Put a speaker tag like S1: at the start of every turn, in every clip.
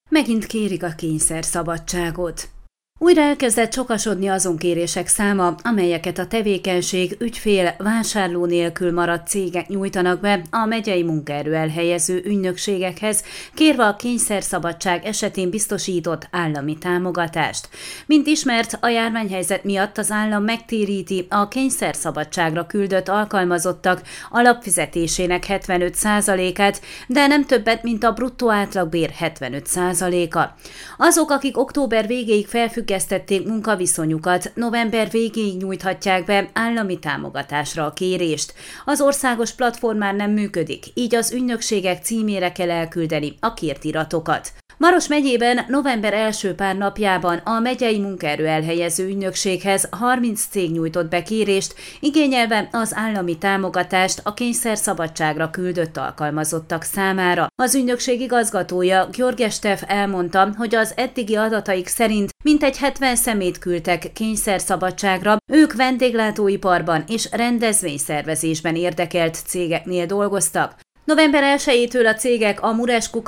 S1: Megint kérik a kényszerszabadságot. Újra elkezdett sokasodni azon kérések száma, amelyeket a tevékenység, ügyfél, vásárló nélkül maradt cégek nyújtanak be a megyei munkaerő elhelyező ügynökségekhez, kérve a kényszerszabadság esetén biztosított állami támogatást. Mint ismert, a járványhelyzet miatt az állam megtéríti a kényszerszabadságra küldött alkalmazottak alapfizetésének 75%-át, de nem többet, mint a bruttó átlagbér 75%-a. Azok, akik október végéig felfüggesztették munkaviszonyukat, november végéig nyújthatják be állami támogatásra a kérést. Az országos platform már nem működik, így az ügynökségek címére kell elküldeni a kért iratokat. Maros megyében november első pár napjában a megyei munkaerő elhelyező ügynökséghez 30 cég nyújtott be kérést, igényelve az állami támogatást a kényszerszabadságra küldött alkalmazottak számára. Az ügynökség igazgatója, György Stef elmondta, hogy az eddigi adataik szerint mintegy 70 személyt küldtek kényszerszabadságra, ők vendéglátóiparban és rendezvényszervezésben érdekelt cégeknél dolgoztak. November 1-től a cégek a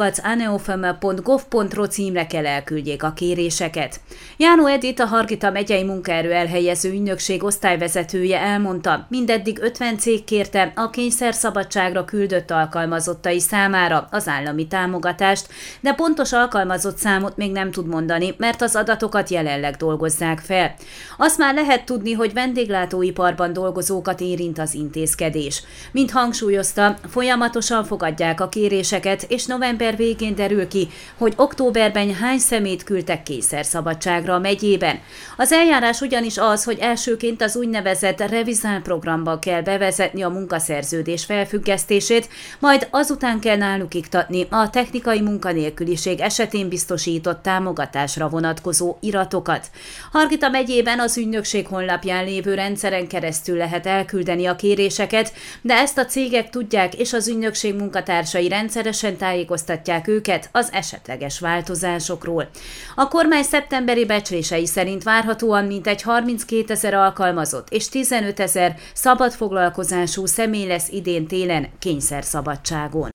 S1: muresk@aneofem.gov.ro címre kell elküldjék a kéréseket. Jánó Edith, a Hargita megyei munkaerő elhelyező ügynökség osztályvezetője elmondta, mindeddig 50 cég kérte a kényszerszabadságra küldött alkalmazottai számára az állami támogatást, de pontos alkalmazott számot még nem tud mondani, mert az adatokat jelenleg dolgozzák fel. Azt már lehet tudni, hogy vendéglátóiparban dolgozókat érint az intézkedés. Mint hangsúlyozta, folyamatosan fogadják a kéréseket, és november végén derül ki, hogy októberben hány személyt küldtek kényszerszabadságra a megyében. Az eljárás ugyanis az, hogy elsőként az úgynevezett revizál programba kell bevezetni a munkaszerződés felfüggesztését, majd azután kell náluk iktatni a technikai munkanélküliség esetén biztosított támogatásra vonatkozó iratokat. Hargita megyében az ügynökség honlapján lévő rendszeren keresztül lehet elküldeni a kéréseket, de ezt a cégek tudják, és az ügynökség munkatársai rendszeresen tájékoztatják őket az esetleges változásokról. A kormány szeptemberi becslései szerint várhatóan mintegy 32 000 alkalmazott és 15 000 szabadfoglalkozású személy lesz idén-télen kényszerszabadságon.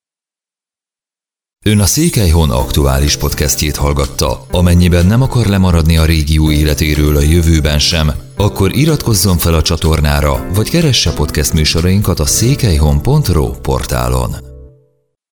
S2: Ön a Székelyhon aktuális podcastjét hallgatta. Amennyiben nem akar lemaradni a régió életéről a jövőben sem, akkor iratkozzon fel a csatornára, vagy keresse podcast műsorainkat a székelyhon.ro portálon.